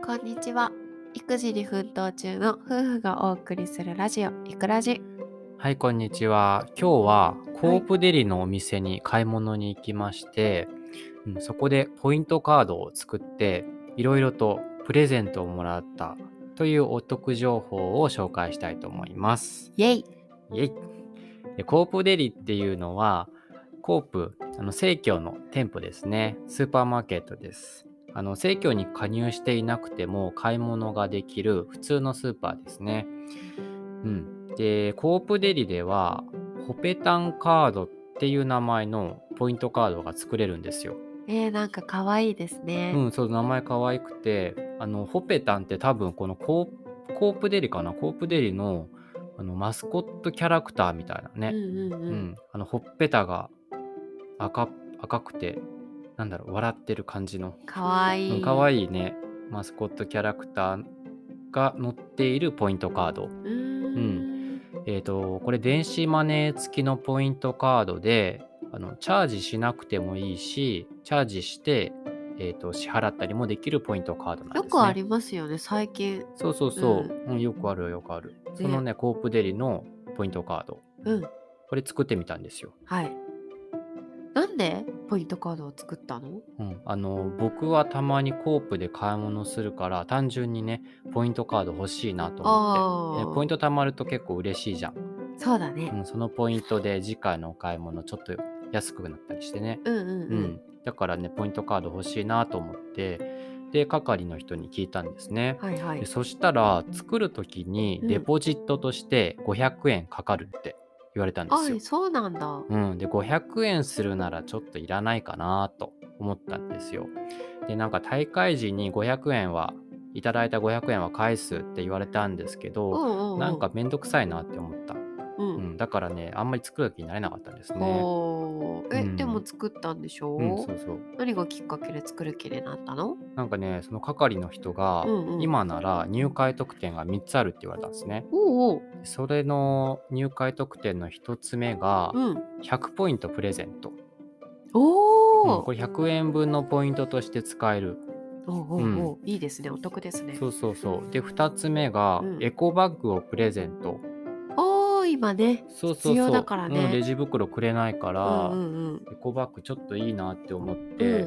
こんにちは。育児に奮闘中の夫婦がお送りするラジオ、いくラジ。 はい、こんにちは。今日はコはい。 ープデリのお店に買い物に行きまして、そこでポイントカードを作って、いろいろとプレゼントをもらったというお得情報を紹介したいと思います。 イェイ。 イェイ。でコープデリっていうのは、コープ、生協の店舗ですね。スーパーマーケットです。生協に加入していなくても買い物ができる普通のスーパーですね。で、コープデリでは、ホペタンカードっていう名前のポイントカードが作れるんですよ。 なんか可愛いですね。 そう、名前可愛くて、ホペタンって多分このコープデリかな、コープデリの、マスコットキャラクターみたいなね。ほっぺたが赤くて、笑ってる感じの。 可愛い。 可愛いね、マスコットキャラクターが載っているポイントカード。これ電子マネー付きのポイントカードで、チャージしなくてもいいし、チャージして、支払ったりもできるポイントカードなんよくあですね。 りますよね、最近。 そうそうそう。よくあるよくある。そのね、コープデリのポイントカード。これ作ってみたんですよ。 はい。なんでポイントカードを作ったの？ 僕はたまにコープで買い物するから、単純にね、ポイントカード欲しいなと思って。ポイント貯まると結構嬉しいじゃん。 そうだね。 そのポイントで次回のお買い物ちょっと安くなったりしてね。だからね、ポイントカード欲しいなと思って、で、係の人に聞いたんですね。 はいはい。 でそしたら、作るときにデポジットとして500円かかるって言われたんですよ。 そうなんだ。 で、500円するならちょっといらないかなと思ったんですよ。で、大会時にいただいた500円は返すって言われたんですけど、めんどくさいなって思った。だからね、あんまり作る気になれなかったんですね。 でも作ったんでしょ？ そうそう。 何がきっかけで作る気になったの？ その係の人が、今なら入会特典が3つあるって言われたんですね。それの入会特典の1つ目が、100ポイントプレゼント。これ100円分のポイントとして使える。 いいですね、お得ですね。 そうそうそう。で、2つ目が、エコバッグをプレゼント。 今ね、必要だからね。 レジ袋くれないから、エコバッグちょっといいなって思って、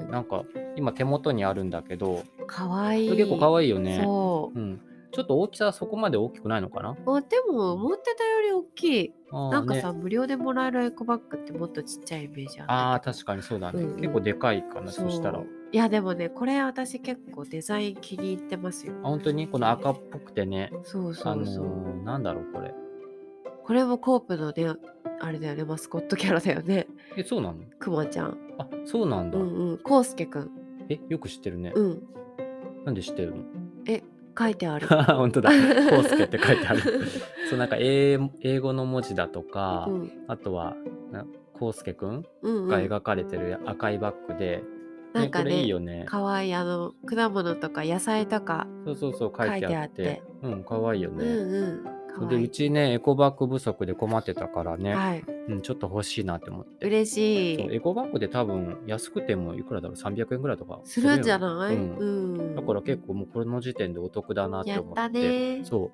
今手元にあるんだけど、 かわいい。 結構かわいいよね。 そう。 ちょっと大きさそこまで大きくないのかな？ でも思ってたより大きい。 ね、 無料でもらえるエコバッグってもっとちっちゃいイメージあったけど。 確かにそうだね。結構でかいかな、そしたら。 いやでもね、これ私結構デザイン気に入ってますよ。 本当にこの赤っぽくてね。 そうそうそう。 なんだろうこれ。 これもコープのね、あれだよね、マスコットキャラだよね。 そうなの？ くまちゃん。 そうなんだ。 こうすけくん。 よく知ってるね。 うん。 なんで知ってるの？ 書いてある。 本当だ。コウスケって書いてある。そう、英語の文字だとか、あとはコウスケくんが描かれてる赤いバッグで、これいいよね。 かわいい。果物とか野菜とかそう書いてあって、かわいいよね。で、うちね、エコバッグ不足で困ってたからね、ちょっと欲しいなって思って。 嬉しい。 エコバッグで多分安くてもいくらだろう、300円ぐらいとかするんじゃない？ だから結構もうこの時点でお得だなって思って。 やったね。 そう。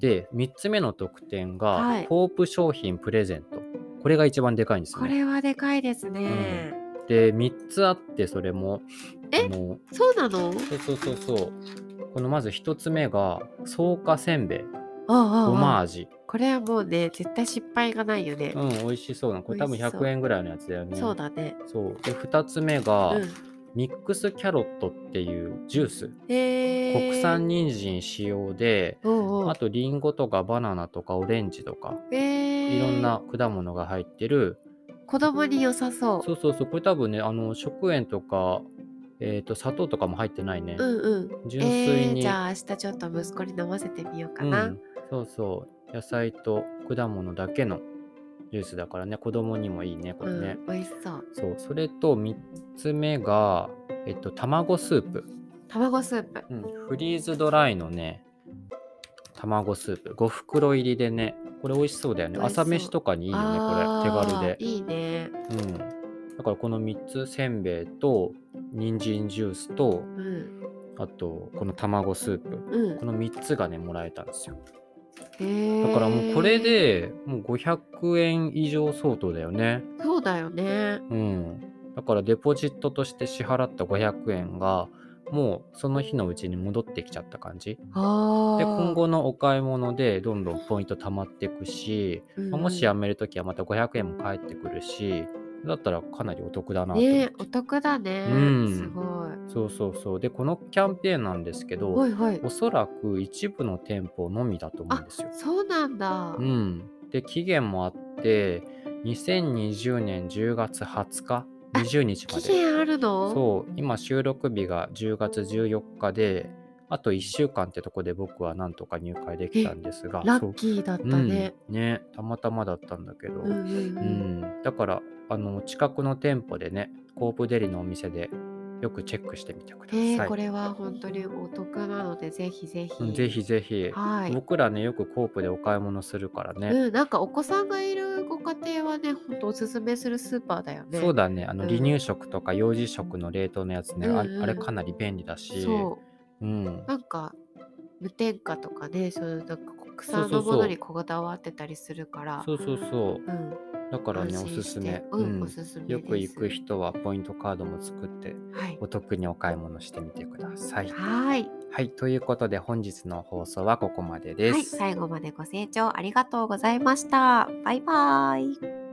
で、3つ目の特典が、コープ商品プレゼント。これが一番でかいんですね。 これはでかいですね。 で、3つあって、それも。 そうなの？ そう。このまず1つ目が、草加せんべい。ごま味。 これはもうね、絶対失敗がないよね。 美味しそうな。これ多分100円ぐらいのやつだよね。 そうだね。 そう。で、2つ目が、ミックスキャロットっていうジュース。国産人参使用で、あとリンゴとかバナナとかオレンジとか、いろんな果物が入ってる。 子供に良さそう。 そう。これ多分ね、食塩とか、砂糖とかも入ってないね。純粋に。 じゃあ明日ちょっと息子に飲ませてみようかな。 そう。野菜と果物だけのジュースだからね、子供にもいいね、これね。 美味しそう。 そう。それと3つ目が、卵スープ。 卵スープ。 フリーズドライのね、卵スープ。5袋入りでね、これ美味しそうだよね。朝飯とかにいいよね、これ。手軽で。 いいね。 だからこの3つ、せんべいと、人参ジュースと、 あとこの卵スープ、 うんこの3つがねもらえたんですよ。 へだからもうこれえ。 でもう500円以上相当だよね。 そうだよね。 うん。だからデポジットとして支払った500円がもうその日のうちに戻ってきちゃった感じ。で、今ああ。 後のお買い物でどんどんポイント貯まっていくし、もしうんうん。 辞めるときはまた500円も返ってくるし、だったらかなりお得だなとねえ、お思って。 得だうね。すん。 ごい。 そうそうそう。で、このキャンペーンなんですけど、 はいはい。 おそらく一部の店舗のみだと思うんあ、 ですよ。 そうなんだ。 うん。で、期限もあって、2020年10月20日、 あ、 20日まで。 期限あるの？ そう、今収録日が10月14日で、あと1週間ってとこで僕はなんとか入会できたえ、 んですが、 ラッそう、 キーだっうん、 たね。 ね、たまたまだったんだけど、 うんうんうん。 だから、近くの店舗でね、コープデリのお店でよくチェックしてみてください。 これは本当にお得なので、ぜひぜうん、ぜひ。 ひぜひ。 はい。 僕らね、よくコープでお買い物するからね。 うん、なんかお子さんがいるご家庭はね、ほんとおすすめするスーパーだよね。 そうだね、離うん。 乳食とか幼児食の冷凍のやつね、 うんあれうん。 かなり便利だし、 そう。 うん。 なんか、無添加とかね、そういうなんか国そう産のものにそうそう。 こだわってたりするから、 そうそうそうん、 う。だから安ね、おす心して、 すめ。 うん、おすすよめです。 く行く人はポイントカードも作って、 はい。 お得にお買い物してみてください。 はい。 はい、ということで本日の放送はここまでではい、 す。 最後までご清聴ありがとうございました。バイバーイ。